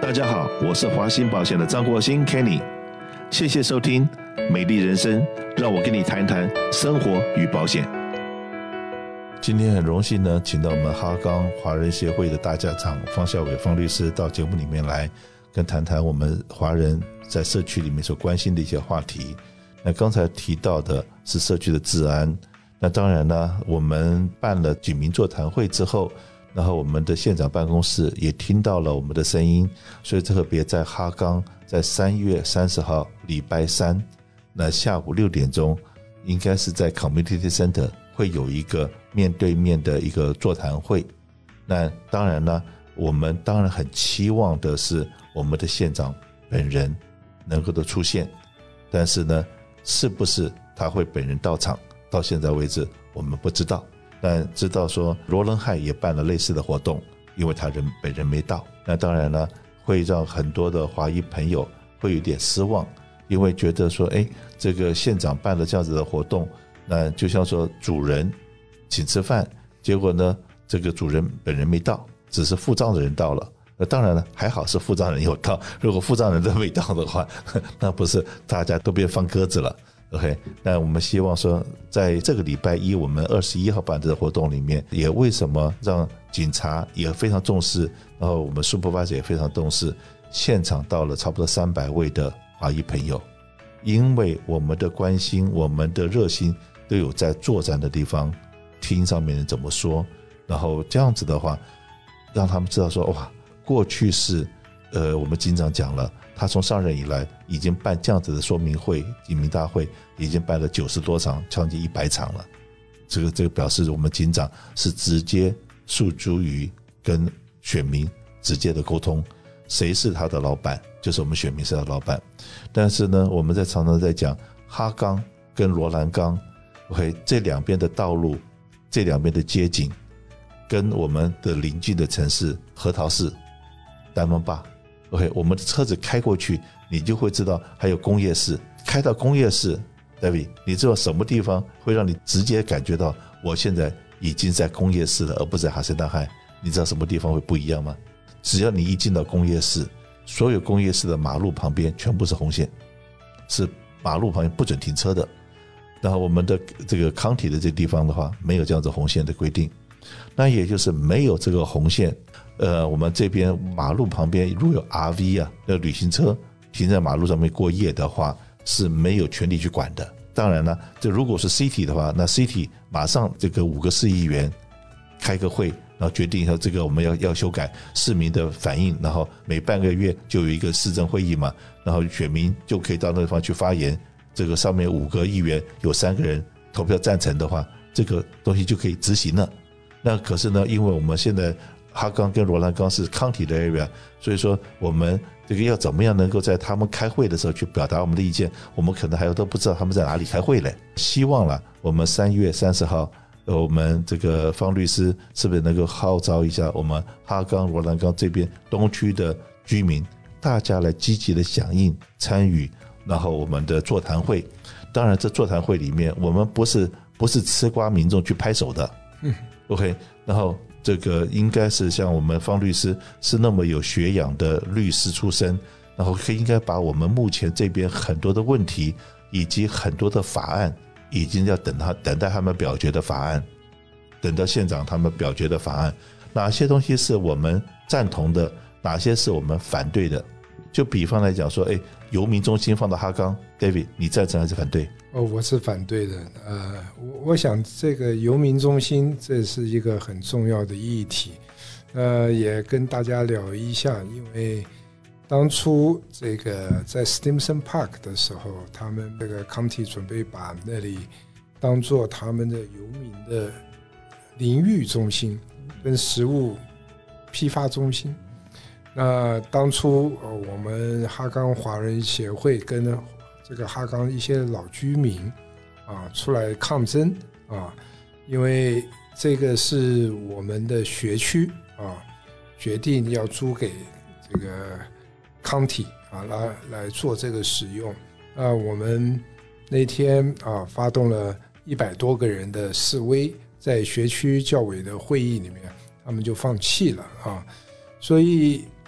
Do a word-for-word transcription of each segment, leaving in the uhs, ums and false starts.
大家好，我是华兴保险的张国兴 Kenny， 谢谢收听美丽人生，让我跟你谈谈生活与保险。今天很荣幸呢，请到我们哈冈华人协会的大家长方孝伟方律师到节目里面来，跟谈谈我们华人在社区里面所关心的一些话题。那刚才提到的是社区的治安，那当然呢，我们办了警民座谈会之后，然后我们的县长办公室也听到了我们的声音，所以特别在哈冈在三月三十号礼拜三，那下午六点钟应该是在 Community Center 会有一个面对面的一个座谈会。那当然呢，我们当然很期望的是我们的县长本人能够的出现，但是呢，是不是他会本人到场，到现在为止我们不知道。但知道说罗伦海也办了类似的活动，因为他人本人没到。那当然呢，会让很多的华裔朋友会有点失望，因为觉得说，哎，这个县长办了这样子的活动，那就像说主人请吃饭，结果呢，这个主人本人没到，只是付账的人到了。那当然了，还好是付账人有到，如果付账人都没到的话，那不是大家都变放鸽子了。OK， 那我们希望说，在这个礼拜一我们二十一号办的活动里面，也为什么让警察也非常重视，然后我们 supervisor 也非常重视，现场到了差不多三百位的华裔朋友，因为我们的关心，我们的热心都有在作战的地方听上面人怎么说，然后这样子的话，让他们知道说，哇，过去是呃，我们警长讲了，他从上任以来已经办这样子的说明会、警民大会，已经办了九十多场，将近一百场了。这个这个表示我们警长是直接诉诸于跟选民直接的沟通，谁是他的老板，就是我们选民是他的老板。但是呢，我们在常常在讲哈冈跟罗兰冈 ，OK， 这两边的道路，这两边的街景，跟我们的邻近的城市核桃市、丹门坝。OK， 我们的车子开过去，你就会知道还有工业市。开到工业市 David， 你知道什么地方会让你直接感觉到我现在已经在工业市了，而不是哈森大海？你知道什么地方会不一样吗？只要你一进到工业市，所有工业市的马路旁边全部是红线，是马路旁边不准停车的。然后我们的这个康体的这地方的话，没有这样子红线的规定，那也就是没有这个红线。呃，我们这边马路旁边如果有 R V 啊，那旅行车停在马路上面过夜的话，是没有权利去管的。当然了，这如果是 City 的话，那 City 马上这个五个市议员开个会，然后决定说这个我们要要修改市民的反应，然后每半个月就有一个市政会议嘛，然后选民就可以到那地方去发言。这个上面五个议员有三个人投票赞成的话，这个东西就可以执行了。那可是呢，因为我们现在哈冈跟罗兰冈是 county 的 area， 所以说我们这个要怎么样能够在他们开会的时候去表达我们的意见，我们可能还都不知道他们在哪里开会嘞。希望了我们三月三十号，我们这个方律师是不是能够号召一下我们哈冈、罗兰冈这边东区的居民，大家来积极的响应参与，然后我们的座谈会。当然，这座谈会里面，我们不是不是吃瓜民众去拍手的，嗯 ，OK， 然后。这个应该是像我们方律师是那么有学养的律师出身，然后可以应该把我们目前这边很多的问题以及很多的法案，已经要等他等待他们表决的法案，等到县长他们表决的法案，哪些东西是我们赞同的，哪些是我们反对的。就比方来讲说，哎，游民中心放到哈冈 ，David， 你赞成还是反对？ 哦，我是反对的。呃，我我想这个游民中心这是一个很重要的议题，呃，也跟大家聊一下，因为当初这个在 Stimson Park 的时候，他们这个 county 准备把那里当做他们的游民的淋浴中心跟食物批发中心。那当初呃，我们哈冈华人协会跟这个哈冈一些老居民啊出来抗争啊，因为这个是我们的学区啊，决定要租给这个 county 啊来来做这个使用。啊，我们那天啊发动了一百多个人的示威，在学区教委的会议里面，他们就放弃了啊，所以。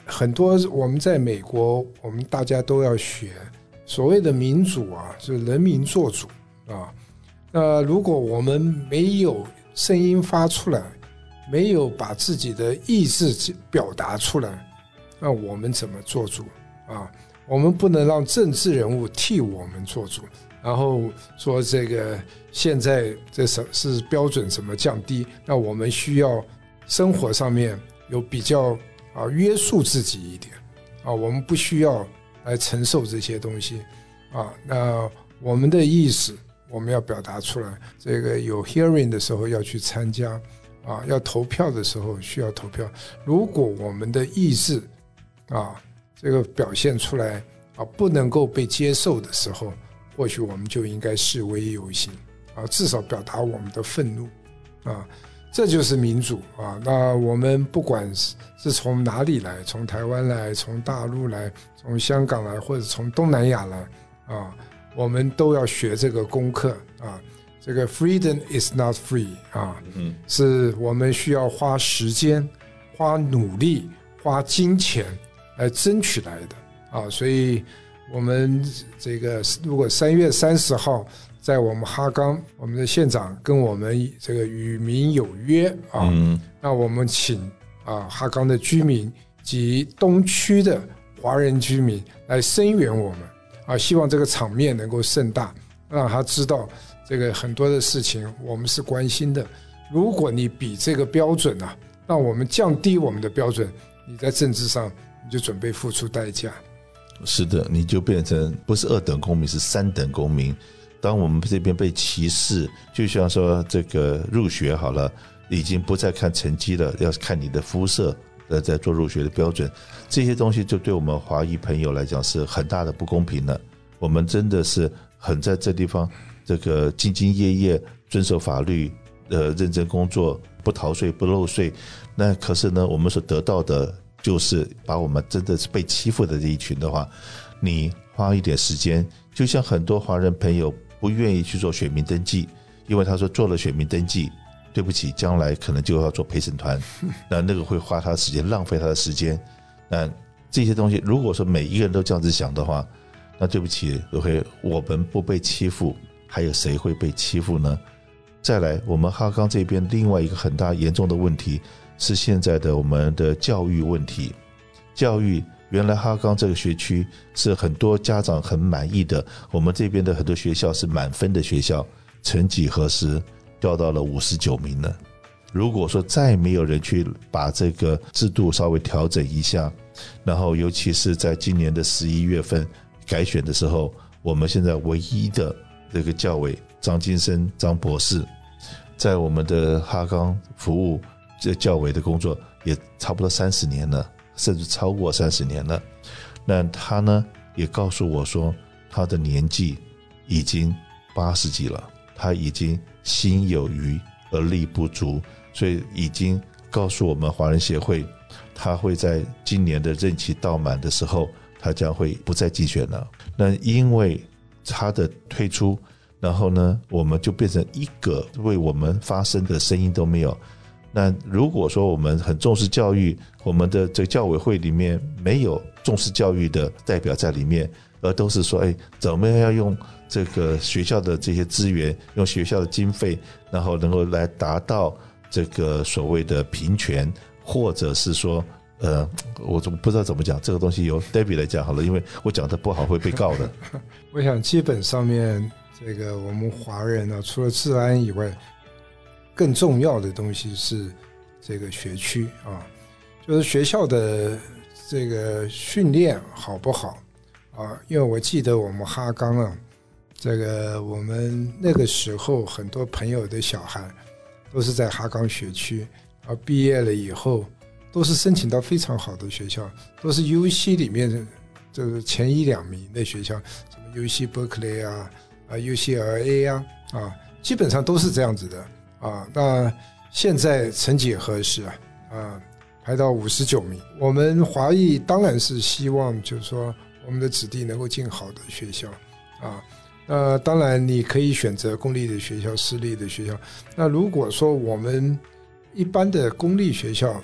很多我们在美国，我们大家都要学所谓的民主啊，是人民做主啊。那如果我们没有声音发出来，没有把自己的意志表达出来，那我们怎么做主啊？我们不能让政治人物替我们做主，然后说这个现在这是标准怎么降低，那我们需要生活上面有比较啊约束自己一点啊，我们不需要来承受这些东西啊。那我们的意识我们要表达出来，这个有 hearing 的时候要去参加啊，要投票的时候需要投票。如果我们的意志啊这个表现出来啊不能够被接受的时候，或许我们就应该示威游行啊，至少表达我们的愤怒啊，这就是民主啊。那我们不管是从哪里来，从台湾来，从大陆来，从香港来，或者从东南亚来啊，我们都要学这个功课啊。这个 freedom is not free 啊，嗯，是我们需要花时间、花努力、花金钱来争取来的啊。所以我们这个如果三月三十号在我们哈冈，我们的县长跟我们这个与民有约啊，嗯，那我们请啊哈冈的居民及东区的华人居民来声援我们啊，希望这个场面能够盛大，让他知道这个很多的事情我们是关心的。如果你比这个标准啊，让我们降低我们的标准，你在政治上你就准备付出代价。 是的，你就变成不是二等公民，是三等公民。当我们这边被歧视，就像说这个入学好了，已经不再看成绩了，要看你的肤色呃，在做入学的标准，这些东西就对我们华裔朋友来讲是很大的不公平了。我们真的是很在这地方这个兢兢业业遵守法律，呃，认真工作，不逃税不漏税。那可是呢，我们所得到的就是把我们真的是被欺负的这一群的话，你花一点时间，就像很多华人朋友不愿意去做选民登记，因为他说做了选民登记，对不起，将来可能就要做陪审团，那那个会花他的时间，浪费他的时间。那这些东西，如果说每一个人都这样子想的话，那对不起，我们不被欺负，还有谁会被欺负呢？再来，我们哈冈这边另外一个很大严重的问题是现在的我们的教育问题。教育原来哈冈这个学区是很多家长很满意的，我们这边的很多学校是满分的学校，曾几何时掉到了五十九名了。如果说再没有人去把这个制度稍微调整一下，然后尤其是在今年的十一月份改选的时候，我们现在唯一的这个教委张金生张博士在我们的哈冈服务这教委的工作也差不多三十年了，甚至超过三十年了。那他呢也告诉我说，他的年纪已经八十几了，他已经心有余而力不足，所以已经告诉我们华人协会，他会在今年的任期到满的时候，他将会不再竞选了。那因为他的退出，然后呢我们就变成一个为我们发声的声音都没有。那如果说我们很重视教育，我们的这个教委会里面没有重视教育的代表在里面，而都是说哎，怎么样要用这个学校的这些资源，用学校的经费，然后能够来达到这个所谓的平权，或者是说呃，我不知道怎么讲这个东西，由 David 来讲好了，因为我讲的不好会被告的。 我想基本上面这个我们华人呢，除了治安以外，更重要的东西是这个学区啊，就是学校的这个训练好不好啊？因为我记得我们哈冈啊，这个我们那个时候很多朋友的小孩都是在哈冈学区，啊，毕业了以后都是申请到非常好的学校，都是 U C 里面这个前一两名的学校，什么 U C Berkeley 啊，啊 U C L A 啊，啊，基本上都是这样子的啊。那现在曾几何时啊，啊，排到五十九名。我们华裔当然是希望，就是说我们的子弟能够进好的学校啊。那当然你可以选择公立的学校、私立的学校。那如果说我们一般的公立学校，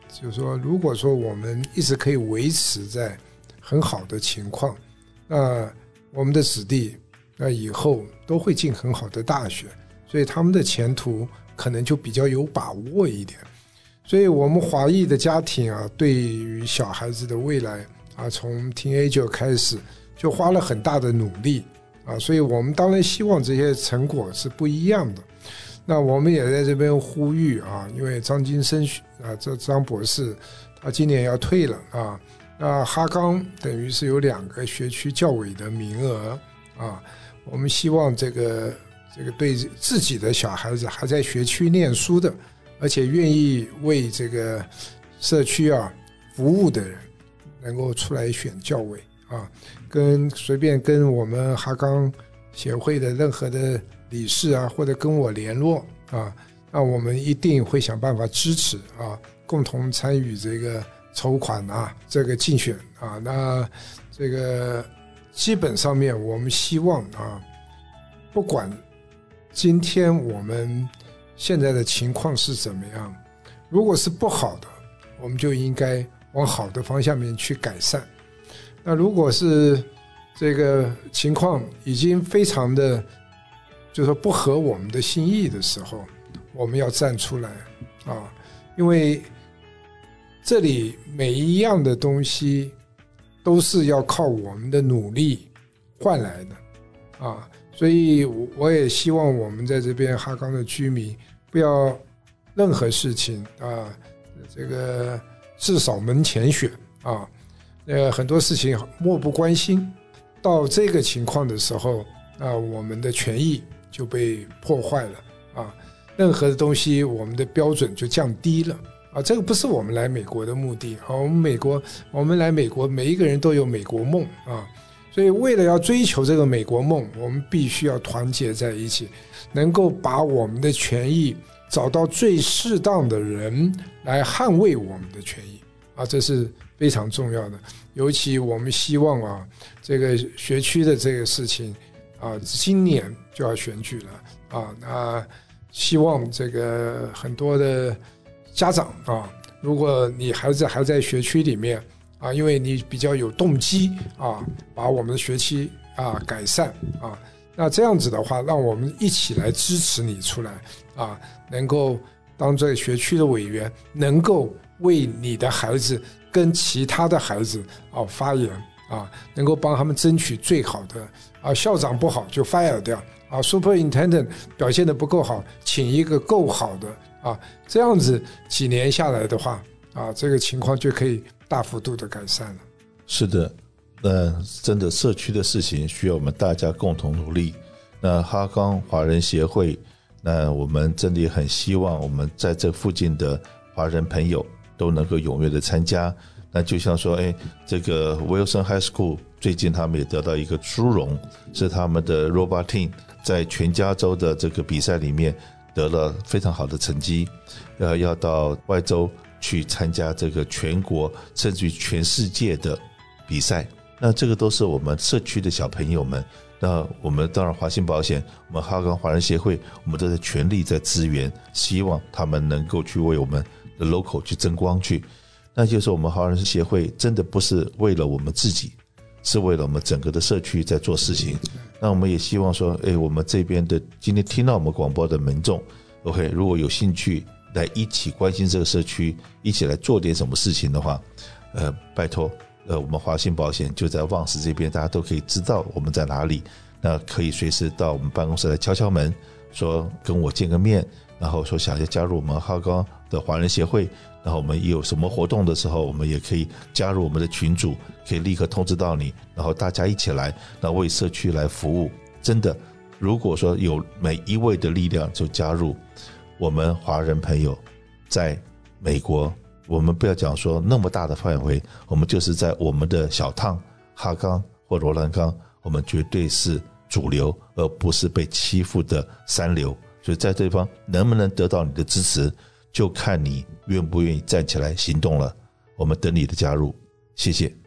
就是说如果说我们一直可以维持在很好的情况，那我们的子弟那以后都会进很好的大学，所以他们的前途可能就比较有把握一点。所以我们华裔的家庭啊，对于小孩子的未来啊，从 teenager 开始就花了很大的努力啊，所以我们当然希望这些成果是不一样的。那我们也在这边呼吁啊，因为张金生啊，这张博士他今年要退了啊，那哈冈等于是有两个学区教委的名额啊，我们希望这个这个对自己的小孩子还在学区念书的，而且愿意为这个社区啊服务的人，能够出来选教委啊，跟随便跟我们哈冈协会的任何的理事啊，或者跟我联络啊，那我们一定会想办法支持啊，共同参与这个筹款啊，这个竞选啊。那这个基本上面我们希望啊，不管今天我们现在的情况是怎么样，如果是不好的，我们就应该往好的方向面去改善。那如果是这个情况已经非常的就是说不合我们的心意的时候，我们要站出来啊，因为这里每一样的东西都是要靠我们的努力换来的啊，所以我也希望我们在这边哈冈的居民不要任何事情啊，这个至少门前雪啊，呃，很多事情漠不关心，到这个情况的时候，那我们的权益就被破坏了啊，任何的东西我们的标准就降低了啊，这个不是我们来美国的目的啊，我们美国，我们来美国，每一个人都有美国梦啊，所以为了要追求这个美国梦，我们必须要团结在一起，能够把我们的权益找到最适当的人来捍卫我们的权益啊，这是非常重要的。尤其我们希望啊，这个学区的这个事情啊，今年就要选举了啊，那希望这个很多的家长啊，如果你孩子还在学区里面啊，因为你比较有动机啊，把我们的学区啊改善啊，那这样子的话，让我们一起来支持你出来啊，能够当这个学区的委员，能够为你的孩子跟其他的孩子啊发言啊，能够帮他们争取最好的啊，校长不好就 fire 掉啊 ，superintendent 表现得不够好，请一个够好的啊，这样子几年下来的话啊，这个情况就可以大幅度的改善了。 是的，那真的社区的事情需要我们大家共同努力。那哈冈华人协会，那我们真的很希望我们在这附近的华人朋友都能够踊跃的参加。那就像说，哎，这个 Wilson High School 最近他们也得到一个殊荣，是他们的 Robot Team 在全加州的这个比赛里面得了非常好的成绩，呃，要到外州去参加这个全国甚至于全世界的比赛。那这个都是我们社区的小朋友们。那我们当然华信保险，我们哈冈华人协会，我们都在全力在支援，希望他们能够去为我们的 local 去争光去。那就是我们华人协会真的不是为了我们自己，是为了我们整个的社区在做事情。那我们也希望说，哎，我们这边的今天听到我们广播的民众 OK， 如果有兴趣来一起关心这个社区，一起来做点什么事情的话，呃，拜托，呃，我们华信保险就在旺斯这边，大家都可以知道我们在哪里，那可以随时到我们办公室来敲敲门，说跟我见个面，然后说想要加入我们哈冈的华人协会，然后我们有什么活动的时候，我们也可以加入我们的群组，可以立刻通知到你，然后大家一起来，那为社区来服务。真的，如果说有每一位的力量就加入我们华人朋友，在美国，我们不要讲说那么大的范围，我们就是在我们的小趟哈冈或罗兰冈，我们绝对是主流，而不是被欺负的三流。所以在这地方能不能得到你的支持，就看你愿不愿意站起来行动了。我们等你的加入，谢谢。